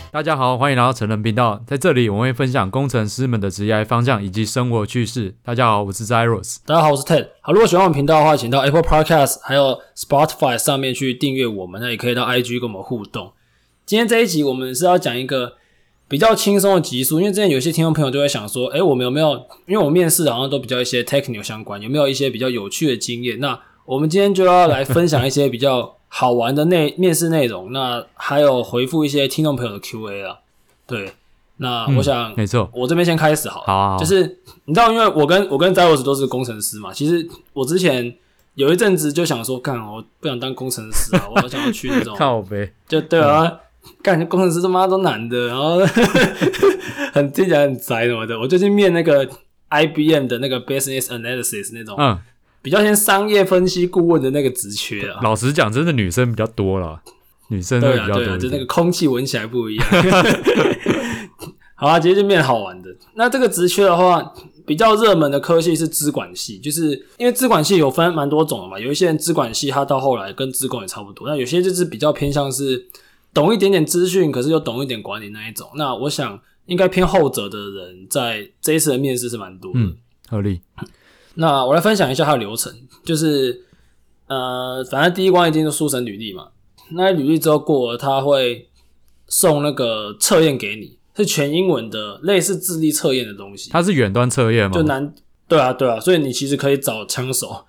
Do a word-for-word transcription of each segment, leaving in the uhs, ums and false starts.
大家好，欢迎来到成人频道，在这里我们会分享工程师们的职业方向以及生活趣事。大家好，我是 Zyros。 大家好，我是 Ted。好，如果喜欢我们频道的话，请到 Apple Podcast 还有 Spotify 上面去订阅我们，那也可以到 I G 跟我们互动。今天这一集我们是要讲一个比较轻松的集数，因为之前有些听众朋友就会想说，诶，我们有没有，因为我们面试好像都比较一些 technical 相关，有没有一些比较有趣的经验？那我们今天就要来分享一些比较好玩的内面试内容，那还有回复一些听众朋友的 Q A 啦。对，那我想， 嗯、没错， 我这边先开始好了。 好啊，好啊， 就是你知道，因为我跟我跟 Zyros 都是工程师嘛，其实我之前有一阵子就想说，干，我不想当工程师啊，我好想要去那种靠北， 就对啊，干、嗯、工程师他妈都难的，然后很听起来很宅什么的。我最近面那个 I B M 的那个 Business Analysis 那种，嗯，比较偏商业分析顾问的那个职缺啊。 老实讲，真的女生比较多啦。女生会比较多一点， 对啊，对啊，就那个空气闻起来不一样。好啊，直接就变好玩的。那这个职缺的话，比较热门的科系是资管系，就是因为资管系有分蛮多种的嘛，有一些人资管系他到后来跟资工也差不多，那有些就是比较偏向是懂一点点资讯，可是又懂一点管理那一种。那我想应该偏后者的人在这一次的面试是蛮多的。 嗯，合理。 那我来分享一下它的流程，就是呃，反正第一关一定是书审履历嘛。那履历之后过了，他会送那个测验给你，是全英文的，类似智力测验的东西。 它是远端测验吗？ 就难，对啊，对啊，所以你其实可以找枪手。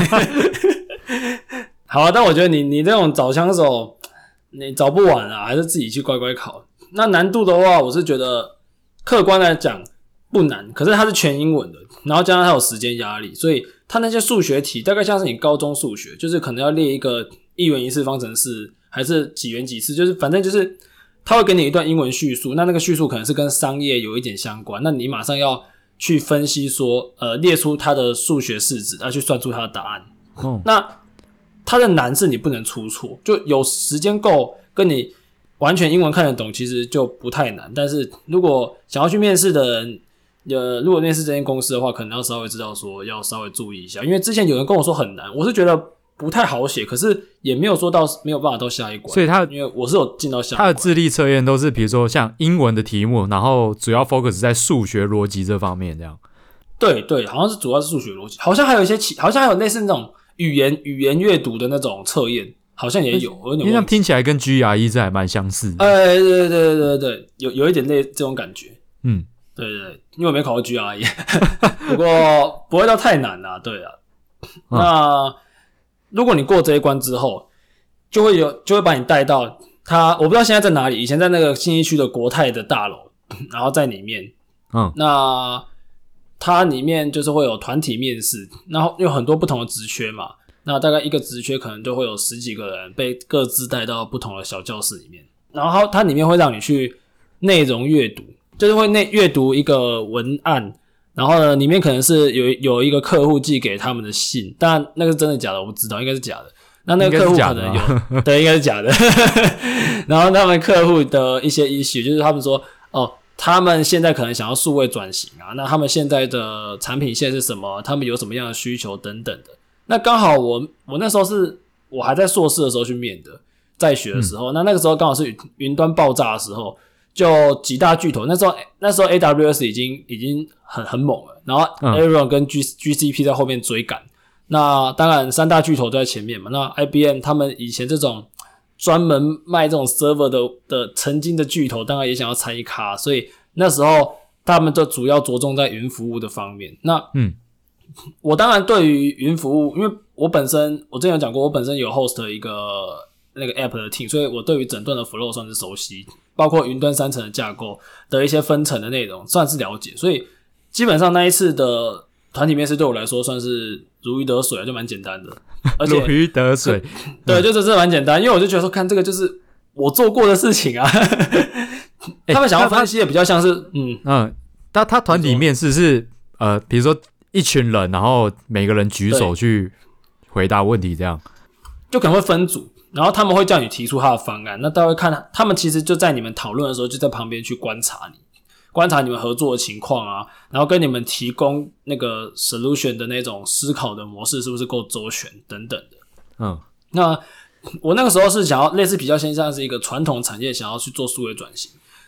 好啊，但我觉得你你这种找枪手，你找不完啊，还是自己去乖乖考。那难度的话，我是觉得客观来讲不难，可是它是全英文的，然后加上它有时间压力，所以它那些数学题大概像是你高中数学，就是可能要列一个一元一次方程式。还是几元几次，就是反正就是他会给你一段英文叙述，那那个叙述可能是跟商业有一点相关，那你马上要去分析说，呃，列出它的数学式子，要去算出它的答案。哦，那它的难是你不能出错，就有时间够跟你完全英文看得懂，其实就不太难。但是如果想要去面试的人，呃，如果面试这间公司的话，可能要稍微知道说要稍微注意一下，因为之前有人跟我说很难，我是觉得不太好写，可是也没有说到没有办法到下一关， 所以他因为我是有进到下一关。 他的智力测验都是比如说像英文的题目，然后主要 focus 在数学逻辑这方面，这样。 对对，好像是主要是数学逻辑，好像还有一些其，好像还有类似那种语言语言阅读的那种测验，好像也有。 因为这样听起来跟 G R E 这还蛮相似的。 哎，对对对对对对，有有一点类这种感觉。 嗯， 对对对，因为我没考过 G R E， 不过不会到太难啦。对啊，嗯、那。如果你过这一关之后，就会有就会把你带到他，我不知道现在在哪里，以前在那个信义区的国泰的大楼，然后在里面，嗯，那它里面就是会有团体面试，然后有很多不同的职缺嘛，那大概一个职缺可能就会有十几个人被各自带到不同的小教室里面，然后它里面会让你去内容阅读，就是会内阅读一个文案。然后呢，里面可能是有有一个客户寄给他们的信，当然那个是真的假的我不知道，应该是假的。那那个客户可能有，对，应该是假的。然后他们客户的一些 issue 就是他们说，哦，他们现在可能想要数位转型啊，那他们现在的产品线是什么？他们有什么样的需求等等的。那刚好我我那时候是我还在硕士的时候去面的，在学的时候，嗯、那那个时候刚好是云端爆炸的时候。就几大巨头，那时候那时候 A W S 已经已经很很猛了，然后 Aaron 跟 G, GCP 在后面追赶。那当然三大巨头都在前面嘛。那 I B M 他们以前这种专门卖这种 server 的的曾经的巨头，当然也想要参一咖，所以那时候他们就主要着重在云服务的方面。那嗯，我当然对于云服务，因为我本身我之前有讲过，我本身有 host 一个那个 app 的 team， 所以我对于整段的 flow 算是熟悉。包括云端三层的架构的一些分层的内容算是了解，所以基本上那一次的团体面试对我来说算是如鱼得水，就蛮简单的。而且如鱼得水， 对，就真的蛮简单，因为我就觉得说，看这个就是我做过的事情啊。他们想要分析的比较像是，嗯嗯，他他团体面试是呃，比如说一群人，然后每个人举手去回答问题，这样就可能会分组。然后他们会叫你提出他的方案，那大家会看，他们其实就在你们讨论的时候就在旁边去观察你，观察你们合作的情况啊，然后跟你们提供那个 solution 的那种思考的模式是不是够周全等等的。嗯，那我那个时候是想要类似比较先像是一个传统产业想要去做数位转型，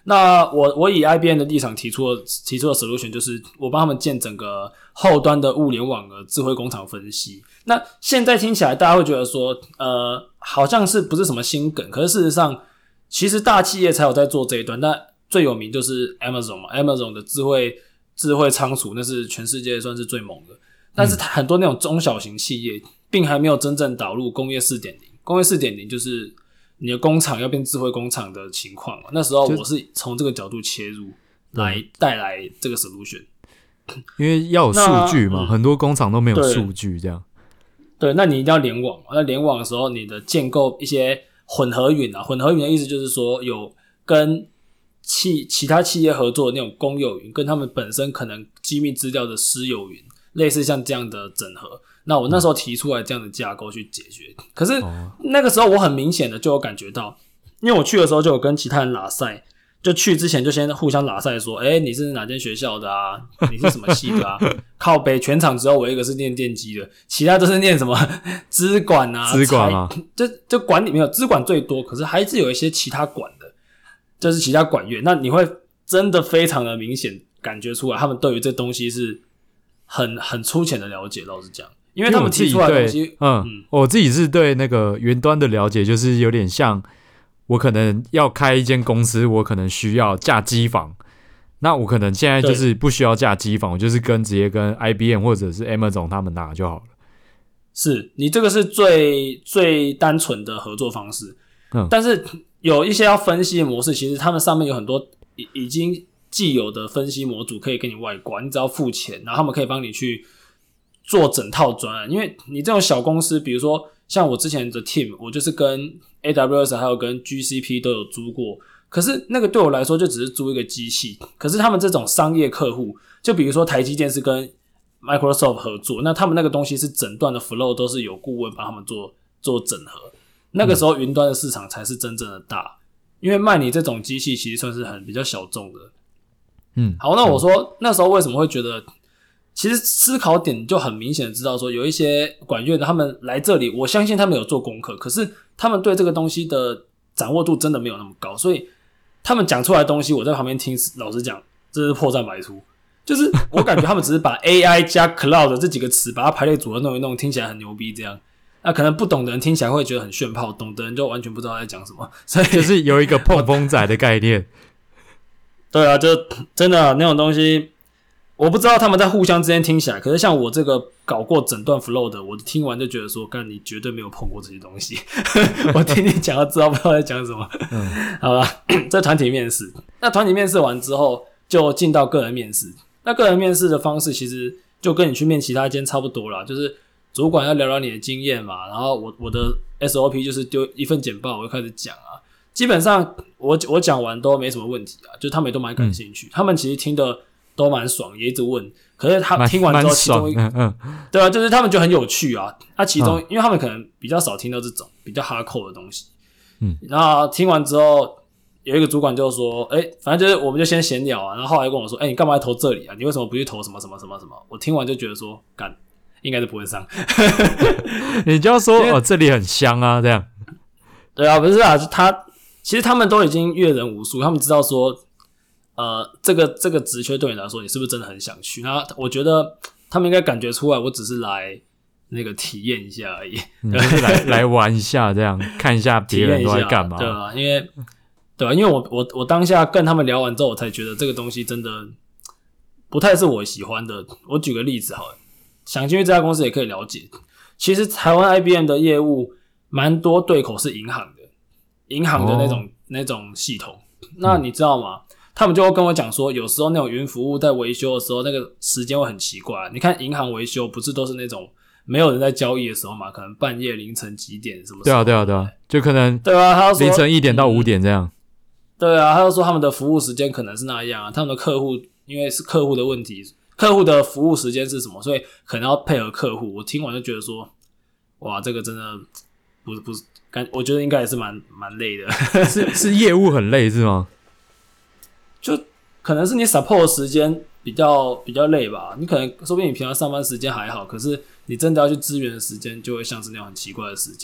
那我我以 I B M 的立场提出的提出的 solution 就是我帮他们建整个后端的物联网的智慧工厂分析。那现在听起来大家会觉得说，呃，好像是不是什么新梗？可是事实上，其实大企业才有在做这一端。但最有名就是 Amazon 嘛 ，Amazon 的智慧智慧仓储那是全世界算是最猛的。但是很多那种中小型企业，并还没有真正导入工业 四点零。工业 四点零 就是你的工厂要变智慧工厂的情况嘛。那时候我是从这个角度切入来带来这个 solution。 因为要有数据嘛，很多工厂都没有数据，这样。 对，那你一定要联网。那联网的时候，你的建构一些混合云啊，混合云的意思就是说，有跟企其他企业合作的那种公有云，跟他们本身可能机密资料的私有云，类似像这样的整合。那我那时候提出来这样的架构去解决，可是那个时候我很明显的就有感觉到，因为我去的时候就有跟其他人拉赛。就去之前就先互相拉赛说，诶、欸、你是哪间学校的啊？你是什么系的啊？靠北全场只有我一个是念电机的，其他都是念什么资管啊？ 资管啊， 就就管理没有资管最多，可是还是有一些其他管的，就是其他管院。那你会真的非常的明显感觉出来，他们对于这东西是很很粗浅的了解。老实讲，因为他们提出来的东西， 嗯，嗯我自己是对那个云端的了解，就是有点像。我可能要开一间公司，我可能需要架机房，那我可能现在就是不需要架机房，我就是跟直接跟 I B M 或者是 Amazon 他们拿就好了。 是你这个是最最单纯的合作方式，嗯，但是有一些要分析的模式，其实他们上面有很多已已经既有的分析模组可以给你外挂，你只要付钱，然后他们可以帮你去做整套专案。因为你这种小公司，比如说像我之前的 team， 我就是跟A W S 还有跟 G C P 都有租过，可是那个对我来说就只是租一个机器。可是他们这种商业客户，就比如说台积电是跟 Microsoft 合作，那他们那个东西是整段的 flow 都是有顾问帮他们做做整合。那个时候云端的市场才是真正的大，因为卖你这种机器其实算是很比较小众的。嗯，好，那我说那时候为什么会觉得？其实思考点就很明显的知道说，有一些管院的他们来这里，我相信他们有做功课，可是他们对这个东西的掌握度真的没有那么高，所以他们讲出来的东西，我在旁边听，老实讲，这是破绽百出。就是我感觉他们只是把 A I 加 Cloud 这几个词，把它排列组合弄一弄，听起来很牛逼这样。那可能不懂的人听起来会觉得很炫炮，懂的人就完全不知道在讲什么。所以就是有一个碰风仔的概念。 对啊，就真的、啊、那种东西。我不知道他们在互相之间听起来，可是像我这个搞过整段 flow 的，我听完就觉得说，干你绝对没有碰过这些东西。我听你讲，就知道不知道在讲什么。嗯，好吧，这团体面试，那团体面试完之后，就进到个人面试。那个人面试的方式其实就跟你去面其他间差不多啦，就是主管要聊聊你的经验嘛，然后我我的 S O P 就是丢一份简报，我就开始讲啊。基本上我我讲完都没什么问题啊，就他们也都蛮感兴趣，嗯、他们其实听的。都蛮爽，也一直问。可是他听完之后，其中一个，嗯嗯，对啊，就是他们觉得很有趣啊。那、啊、其中、嗯，因为他们可能比较少听到这种比较 hardcore 的东西，嗯，然后听完之后，有一个主管就说：“哎、欸，反正就是我们就先闲聊啊。”然后后来跟我说：“哎、欸，你干嘛要投这里啊？你为什么不去投什么什么什么什么？”我听完就觉得说：“干，应该是不会上。” 你就要说哦，这里很香啊，这样。 对啊，不是啊，他其实他们都已经阅人无数，他们知道说。呃，这个这个职缺对你来说，你是不是真的很想去？那我觉得他们应该感觉出来，我只是来那个体验一下而已， 嗯、就是来来玩一下，这样看一下别人都在干嘛， 对啊，因为对啊，因为我我我当下跟他们聊完之后，我才觉得这个东西真的不太是我喜欢的。我举个例子好了，想进去这家公司也可以了解，其实台湾 I B M 的业务蛮多对口是银行的，银行的那种、哦、那种系统，那你知道吗？嗯他们就会跟我讲说，有时候那种云服务在维修的时候，那个时间会很奇怪。你看银行维修不是都是那种没有人在交易的时候嘛？可能半夜凌晨几点什么时候？ 对啊，对啊，对啊，就可能对啊，他说凌晨一点到五点这样。 对啊，他就说他们的服务时间可能是那样啊，他们的客户因为是客户的问题，客户的服务时间是什么，所以可能要配合客户。我听完就觉得说，哇，这个真的不是不是，感我觉得应该也是蛮蛮累的。 是是业务很累是吗？ 就可能是你 support 的时间比较比较累吧，你可能说不定你平常上班时间还好，可是你真的要去支援的时间就会像是那种很奇怪的时间。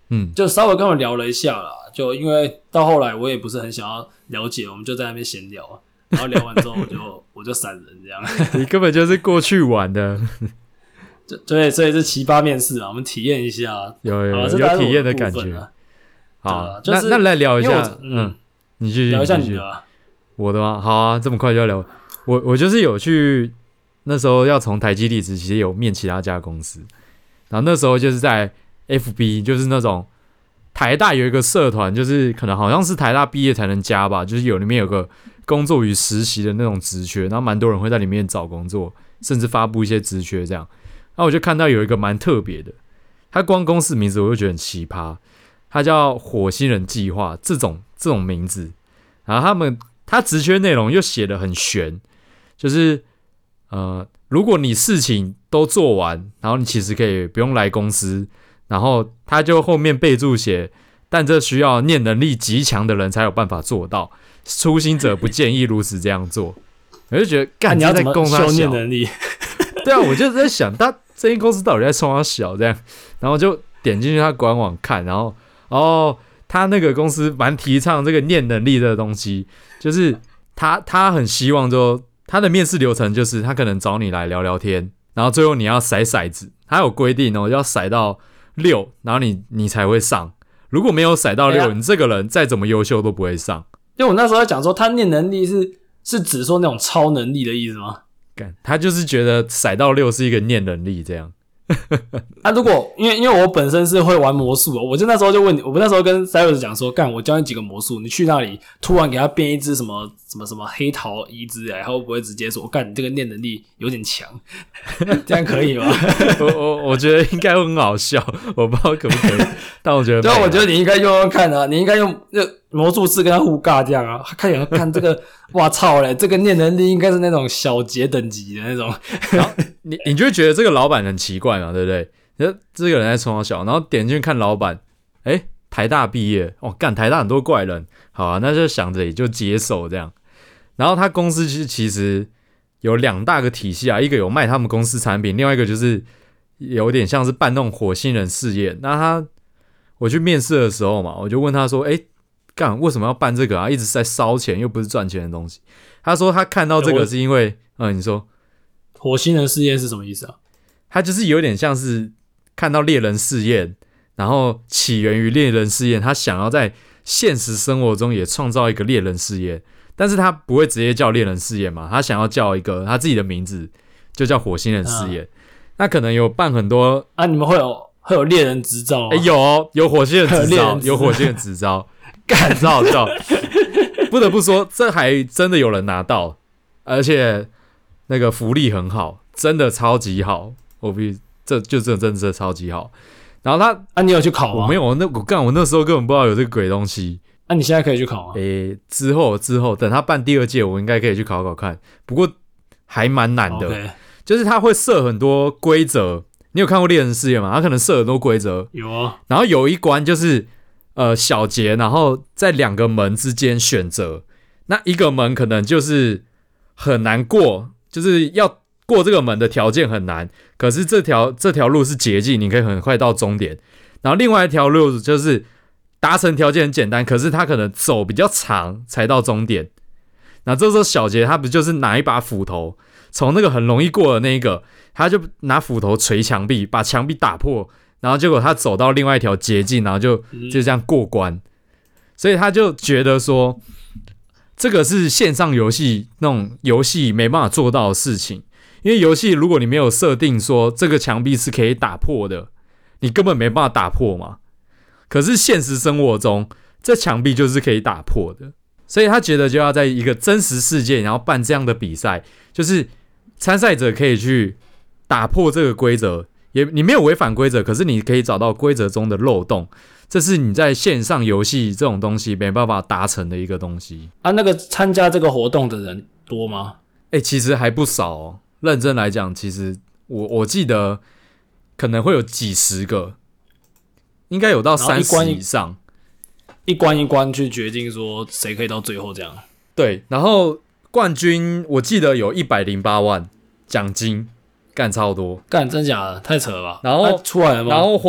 嗯， 就稍微跟我聊了一下啦。就因为到后来我也不是很想要了解，我们就在那边闲聊，然后聊完之后我就我就闪人这样。 你根本就是过去玩的。 对，所以是奇葩面试啊，我们体验一下， 有有有有体验的感觉。好， 就是、 那那来聊一下， 嗯， 嗯，你继续聊一下你的、啊， 我的吗？好啊，这么快就要聊。我我就是有去那时候要从台积离职，其实有面其他家公司，然后那时候就是在 F B， 就是那种台大有一个社团，就是可能好像是台大毕业才能加吧，就是有里面有个工作与实习的那种职缺，然后蛮多人会在里面找工作，甚至发布一些职缺这样。然后我就看到有一个蛮特别的，他光公司名字我就觉得很奇葩，他叫火星人计划这种这种名字，然后他们他职缺内容又写得很玄，就是呃，如果你事情都做完，然后你其实可以不用来公司，然后他就后面备注写，但这需要念能力极强的人才有办法做到，初心者不建议如此这样做。我就觉得，干、啊、 你要怎么修念能力？ 对啊，我就在想，他这间公司到底在冲他小这样，然后就点进去他官网看，然后哦，他那个公司蛮提倡这个念能力的东西，就是他他很希望就他的面试流程就是他可能找你来聊聊天，然后最后你要骰骰子，他有规定哦，要骰到六，然后你你才会上，如果没有骰到六、哎，你这个人再怎么优秀都不会上。 因为我那时候在讲说，他念能力是是指说那种超能力的意思吗？ 他就是觉得骰到六是一个念能力这样。 啊，如果因为因为我本身是会玩魔术，我就那时候就问你，我那时候跟 Cyrus 讲说，干，我教你几个魔术，你去那里突然给他变一只什么什么什么黑桃移植来，他会不会直接说，干，你这个念能力有点强，这样可以吗？ 我我我觉得应该会很好笑，我不知道可不可以，但我觉得， 对，我觉得你应该用用看啊，你应该用魔术师跟他互尬这样啊，看有看这个，哇操嘞，这个念能力应该是那种小节等级的那种， 然后你你就会觉得这个老板很奇怪嘛，对不对？这个人在冲他小，然后点进去看老板，哎，台大毕业，哦，干台大很多怪人，好啊，那就想着也就接受这样。然后他公司其实其实有两大个体系啊，一个有卖他们公司产品，另外一个就是有点像是办那种火星人试验。那他我去面试的时候嘛，我就问他说，哎，干为什么要办这个啊？一直在烧钱，又不是赚钱的东西。他说他看到这个是因为，嗯，你说火星人试验是什么意思啊？ 他就是有点像是看到猎人试验，然后起源于猎人试验，他想要在现实生活中也创造一个猎人试验，但是他不会直接叫猎人试验嘛，他想要叫一个他自己的名字，就叫火星人试验。嗯、那可能有办很多啊，你们会有会有猎人执照吗？ 欸、有有火星人执照，有火星人执照，干超好笑。不得不说，这还真的有人拿到，而且那个福利很好，真的超级好。我比这就真的真的超级好，然后他啊，你有去考吗？ 我没有，那我干，我那时候根本不知道有这个鬼东西。 那、啊、你现在可以去考吗？ 诶，之后之后等他办第二届，我应该可以去考考看。不过还蛮难的， okay. 就是他会设很多规则。你有看过猎人试验吗？他可能设很多规则， 有啊。 然后有一关就是呃小节，然后在两个门之间选择，那一个门可能就是很难过，就是要。过这个门的条件很难，可是这条这条路是捷径，你可以很快到终点。然后另外一条路就是达成条件很简单，可是它可能走比较长才到终点。那这时候小杰他不就是拿一把斧头，从那个很容易过的那一个，他就拿斧头捶墙壁，把墙壁打破，然后结果他走到另外一条捷径，然后就就这样过关。所以他就觉得说，这个是线上游戏那种游戏没办法做到的事情。因为游戏如果你没有设定说这个墙壁是可以打破的，你根本没办法打破嘛。可是现实生活中，这墙壁就是可以打破的，所以他觉得就要在一个真实世界，然后办这样的比赛，就是参赛者可以去打破这个规则，也你没有违反规则，可是你可以找到规则中的漏洞，这是你在线上游戏这种东西没办法达成的一个东西。 啊，那个参加这个活动的人多吗？ 欸，其实还不少哦。认真来讲，其实我我记得可能会有几十个，应该有到三十以上， 一关一关去决定说谁可以到最后这样。 对，然后冠军我记得有一百零八万奖金，干超多， 干真假的太扯了吧？ 然后、 啊、出来了吗？ 然后火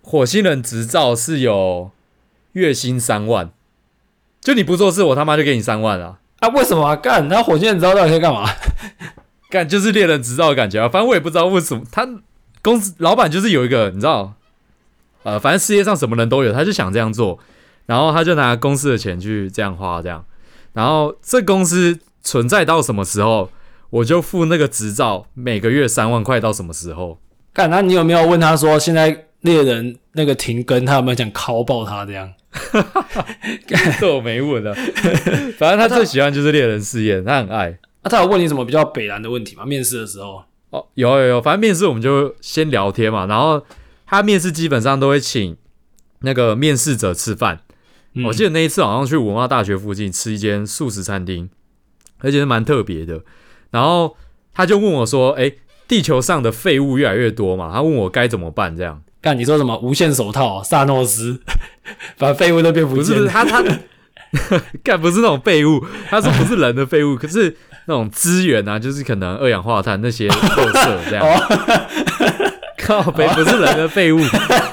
火星人执照是有月薪三万，就你不做事，我他妈就给你三万啊！ 啊，为什么啊？干，他火星人执照到底可以干嘛？ 干就是猎人执照的感觉啊！反正我也不知道为什么，他公司老板就是有一个，你知道，呃，反正世界上什么人都有，他就想这样做，然后他就拿公司的钱去这样花，这样，然后这公司存在到什么时候，我就付那个执照，每个月三万块到什么时候？ 干，那你有没有问他说，现在猎人那个停更，他有没有想敲爆他这样？ 这我没问了，反正他最喜欢就是猎人试验，他很爱。 啊，他有问你什么比较北蓝的问题吗？面试的时候？ 哦，有有有，反正面试我们就先聊天嘛，然后他面试基本上都会请那个面试者吃饭。嗯、我记得那一次好像去文化大学附近吃一间素食餐厅，而且是蛮特别的。然后他就问我说：“哎、欸，地球上的废物越来越多嘛？”他问我该怎么办这样。 干，你说什么无限手套、萨诺斯，把废物都变不见了？ 不是不是，他他干不是那种废物，他说不是人的废物，可是那种资源啊，就是可能二氧化碳那些垃圾这样。靠北不是人的废物。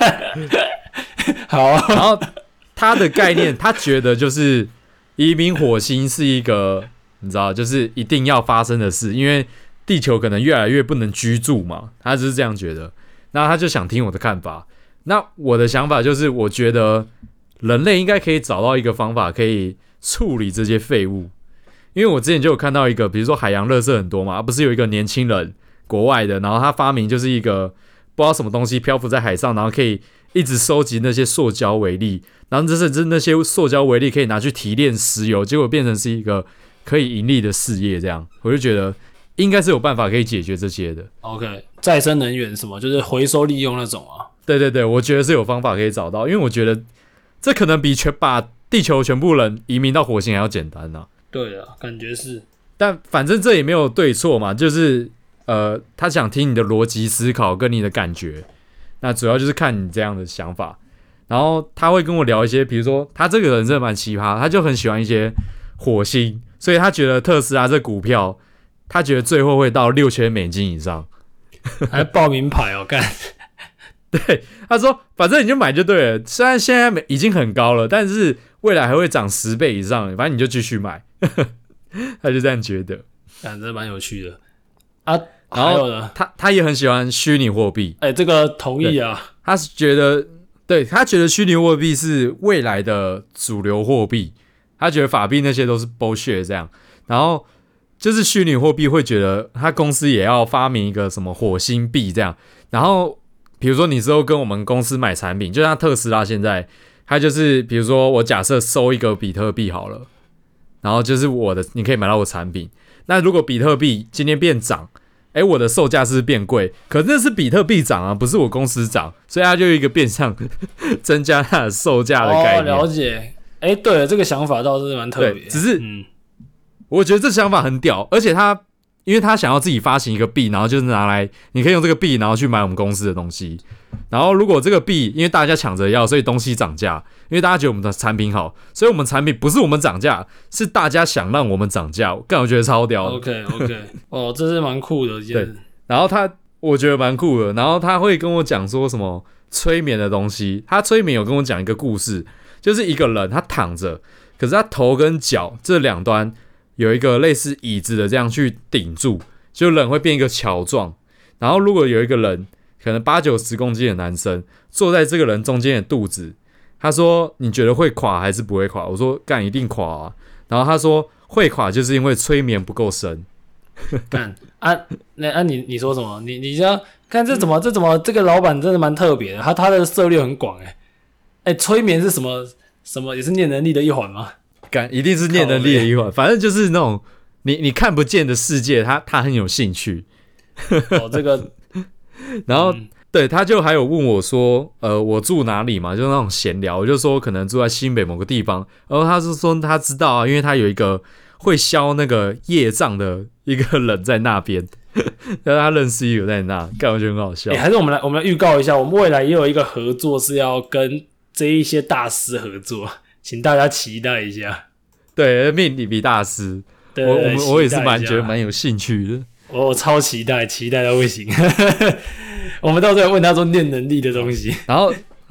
好、啊， 然后他的概念，他觉得就是移民火星是一个，你知道，就是一定要发生的事，因为地球可能越来越不能居住嘛，他就是这样觉得。那他就想听我的看法。那我的想法就是，我觉得人类应该可以找到一个方法，可以处理这些废物。因为我之前就有看到一个，比如说海洋垃圾很多嘛，不是有一个年轻人，国外的，然后他发明就是一个不知道什么东西漂浮在海上，然后可以一直收集那些塑胶微粒，然后甚至那些塑胶微粒可以拿去提炼石油，结果变成是一个可以盈利的事业。这样，我就觉得应该是有办法可以解决这些的。 OK， 再生能源什么，就是回收利用那种啊。 对对对，我觉得是有方法可以找到，因为我觉得这可能比全把地球全部人移民到火星还要简单啊。 对啊，感觉是。 但反正这也没有对错嘛，就是呃，他想听你的逻辑思考跟你的感觉，那主要就是看你这样的想法。然后他会跟我聊一些，比如说他这个人真的蛮奇葩，他就很喜欢一些火星，所以他觉得特斯拉这股票，他觉得最后会到六千美金以上， 还报名牌哦，干。 对，他说反正你就买就对了，虽然现在已经很高了，但是未来还会涨十倍以上，反正你就继续买。他就这样觉得， 感觉蛮有趣的啊。 然后他他也很喜欢虚拟货币， 哎、欸，这个同意啊。 他是觉得，对他觉得虚拟货币是未来的主流货币，他觉得法币那些都是 bullshit 这样。然后就是虚拟货币会觉得他公司也要发明一个什么火星币这样，然后。比如说你之后跟我们公司买产品，就像特斯拉现在，它就是比如说我假设收一个比特币好了，然后就是我的，你可以买到我产品。那如果比特币今天变涨，哎，我的售价是不是变贵？可是那是比特币涨啊，不是我公司涨，所以它就有一个变相增加它的售价的概念。 哦，了解。哎，对了，这个想法倒是蛮特别。 只是， 嗯， 我觉得这想法很屌，而且他。因为他想要自己发行一个币，然后就是拿来，你可以用这个币，然后去买我们公司的东西。然后如果这个币，因为大家抢着要，所以东西涨价。因为大家觉得我们的产品好，所以我们产品不是我们涨价，是大家想让我们涨价。干，我觉得超屌的。 OK OK， 哦，这是蛮酷的一件事。 然后他，我觉得蛮酷的。然后他会跟我讲说什么催眠的东西。他催眠有跟我讲一个故事，就是一个人他躺着，可是他头跟脚这两端。有一个类似椅子的这样去顶住，就人会变一个桥状。然后如果有一个人可能八九十公斤的男生坐在这个人中间的肚子，他说你觉得会垮还是不会垮？我说干一定垮啊。然后他说会垮就是因为催眠不够深。 干啊，那啊你你说什么？你你这样看这怎么这怎么这个老板真的蛮特别的，他他的涉猎很广哎哎，催眠是什么什么也是念能力的一环吗？ 一定是念能力的一环，反正就是那种你你看不见的世界，他他很有兴趣。 哦，这个， 然后、嗯、对，他就还有问我说，呃，我住哪里嘛，就那种闲聊，我就说可能住在新北某个地方，然后他是说他知道啊，因为他有一个会消那个业障的一个人在那边，但他认识一个在那，感觉很好笑。 欸、还是我们来我们来预告一下，我们未来也有一个合作是要跟这一些大师合作。请大家期待一下， 对，命理比大师， 对我我我也是蛮觉得蛮有兴趣的， 我我超期待，期待到不行。我们到时候问他说念能力的东西， 然后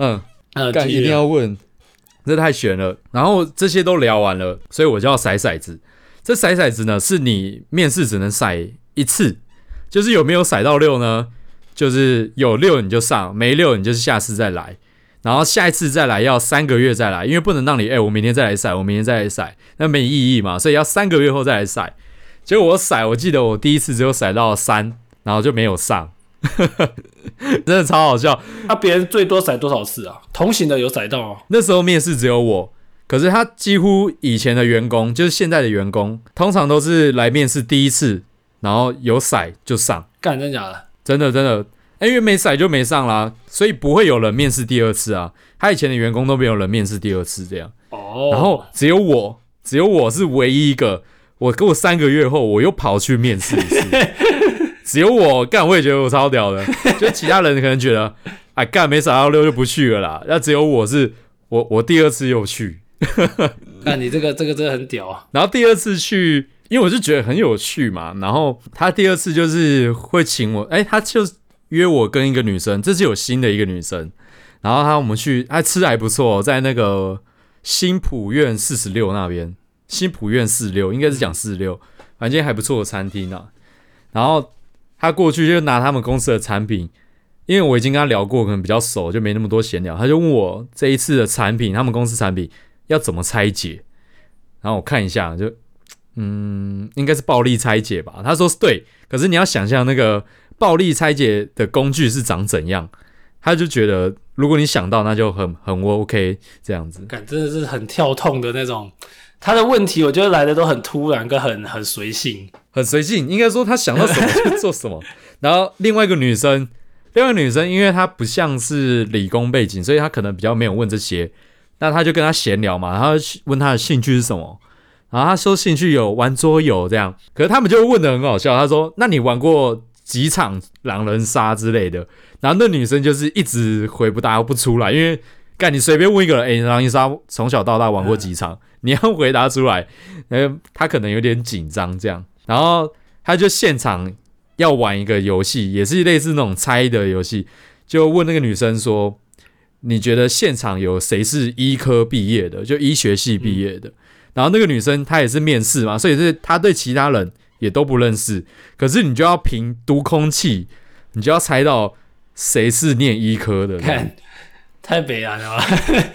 嗯， 呃， 干一定要问，这太悬了。然后这些都聊完了，所以我就要骰骰子。这骰骰子呢，是你面试只能骰一次，就是有没有骰到六呢？就是有六你就上，没六你就是下次再来。然后下一次再来要三个月再来，因为不能让你哎、欸，我明天再来骰，我明天再来骰，那没意义嘛，所以要三个月后再来骰。结果我骰，我记得我第一次只有骰到三，然后就没有上，真的超好笑。 那、啊、别人最多骰多少次啊？同行的有骰到吗？ 那时候面试只有我，可是他几乎以前的员工，就是现在的员工，通常都是来面试第一次，然后有骰就上。 干，真的假的？ 真的真的。欸、因为没骰就没上啦，所以不会有人面试第二次啊。他以前的员工都没有人面试第二次这样。 哦。 然后只有我，只有我是唯一一个，我给我三个月后我又跑去面试一次。只有我干，我也觉得我超屌的。就其他人可能觉得，哎干没骰到六就不去了啦。那只有我是，我我第二次又去。 那你这个这个真的很屌啊。 然后第二次去，因为我就觉得很有趣嘛。然后他第二次就是会请我，哎、欸，他就约我跟一个女生，这是有新的一个女生，然后他我们去，他吃的还不错，在那个新浦苑四十六那边，新浦苑四十六应该是讲四十六，反正还不错的餐厅啊。然后他过去就拿他们公司的产品，因为我已经跟他聊过，可能比较熟，就没那么多闲聊，他就问我这一次的产品，他们公司产品要怎么拆解，然后我看一下，就嗯，应该是暴力拆解吧。他说对，可是你要想象那个暴力拆解的工具是长怎样，他就觉得如果你想到，那就很很 OK 这样子。 感真的是很跳痛的那种，他的问题我觉得来的都很突然，跟很很随性， 很随性。应该说他想到什么就做什么。然后另外一个女生，另外一个女生，因为她不像是理工背景，所以她可能比较没有问这些。那他就跟他闲聊嘛，然后问他的兴趣是什么，然后他说兴趣有玩桌游这样，可是他们就问得很好笑，他说那你玩过几场狼人杀之类的，然后那女生就是一直回不答不出来，因为干你随便问一个人，哎、欸，狼人杀从小到大玩过几场，你要回答出来，呃，他可能有点紧张这样，然后他就现场要玩一个游戏，也是类似那种猜的游戏，就问那个女生说，你觉得现场有谁是医科毕业的，就医学系毕业的、嗯、然后那个女生她也是面试嘛，所以是她对其他人也都不认识，可是你就要凭读空气，你就要猜到谁是念医科的， 看太北岸了吧。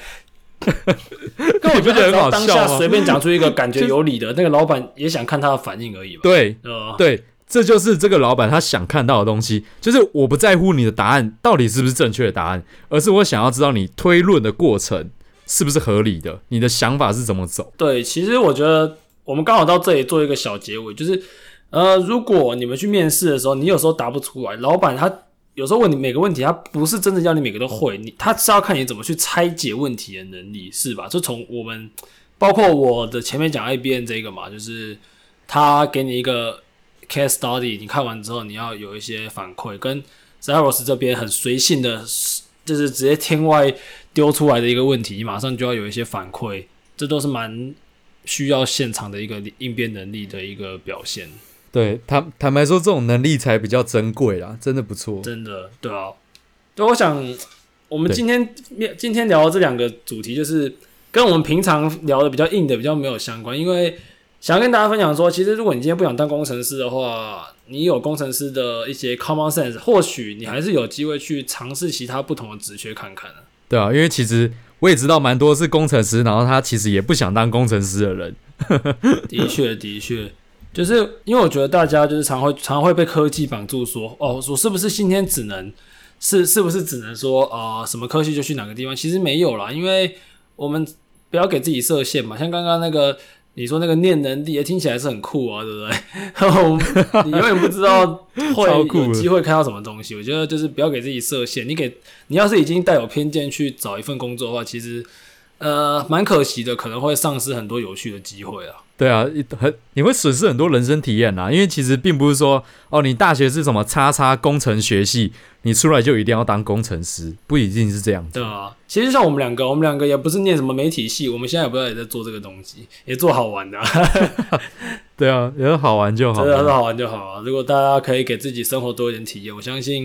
但我觉得很好笑， 当下随便讲出一个感觉有理的，那个老板也想看他的反应而已吧。 对、 呃、 对，这就是这个老板他想看到的东西，就是我不在乎你的答案到底是不是正确的答案，而是我想要知道你推论的过程是不是合理的，你的想法是怎么走。 对，其实我觉得我们刚好到这里做一个小结尾，就是呃，如果你们去面试的时候，你有时候答不出来，老板他有时候问你每个问题，他不是真的要你每个都会，你他是要看你怎么去拆解问题的能力，是吧？就从我们包括我的前面讲 I B M 这个嘛，就是他给你一个 case study， 你看完之后你要有一些反馈，跟 Zeros 这边很随性的，就是直接天外丢出来的一个问题，你马上就要有一些反馈，这都是蛮需要现场的一个应变能力的一个表现。 对，坦坦白说，这种能力才比较珍贵啦，真的不错。 真的，对啊。对，我想我们今天今天聊的这两个主题，就是跟我们平常聊的比较硬的比较没有相关，因为想要跟大家分享说，其实如果你今天不想当工程师的话，你有工程师的一些 common sense， 或许你还是有机会去尝试其他不同的职缺看看的。 对啊，因为其实我也知道蛮多是工程师，然后他其实也不想当工程师的人。 的确，的确。就是因为我觉得大家就是常会常会被科技绑住说，哦，我是不是今天只能是是不是只能说呃什么科技就去哪个地方？其实没有啦，因为我们不要给自己设限嘛。像刚刚那个你说那个念能力，听起来是很酷啊，对不对？你永远不知道会有机会看到什么东西。我觉得就是不要给自己设限。你给你要是已经带有偏见去找一份工作的话，其实呃蛮可惜的，可能会丧失很多有趣的机会啊。 对啊，很你会损失很多人生体验啦，因为其实并不是说哦，你大学是什么叉叉工程学系，你出来就一定要当工程师，不一定是这样子。 对啊，其实像我们两个，我们两个也不是念什么媒体系，我们现在也不知道也在做这个东西，也做好玩的、啊。 对啊，也好玩就好， 真的是好玩就好啊！如果大家可以给自己生活多一点体验，我相信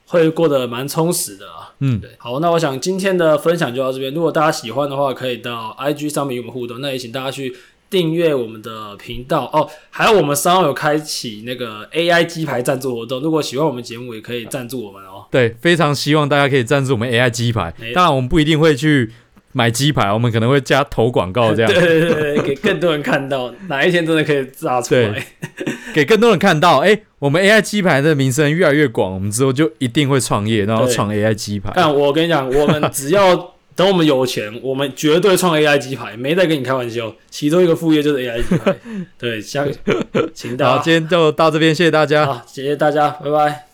会过得蛮充实的啊。 嗯， 对，好，那我想今天的分享就到这边。如果大家喜欢的话，可以到 I G 上面与我们互动。那也请大家去订阅我们的频道哦。还有我们三号有开启那个 A I 鸡排赞助活动，如果喜欢我们节目，也可以赞助我们哦。 对，非常希望大家可以赞助我们 A I 鸡排。当然，我们不一定会去买鸡排，我们可能会加投广告这样。 对对对对，给更多人看到，哪一天真的可以炸出来。 给更多人看到，哎、欸，我们 A I 鸡排的名声越来越广，我们之后就一定会创业，然后创 A I 鸡排。 但我跟你讲，我们只要等我们有钱，我们绝对创 A I 鸡排，没在跟你开玩笑。其中一个副业就是 A I 鸡排。对，相请大家。 好，今天就到这边，谢谢大家。 好，谢谢大家，拜拜。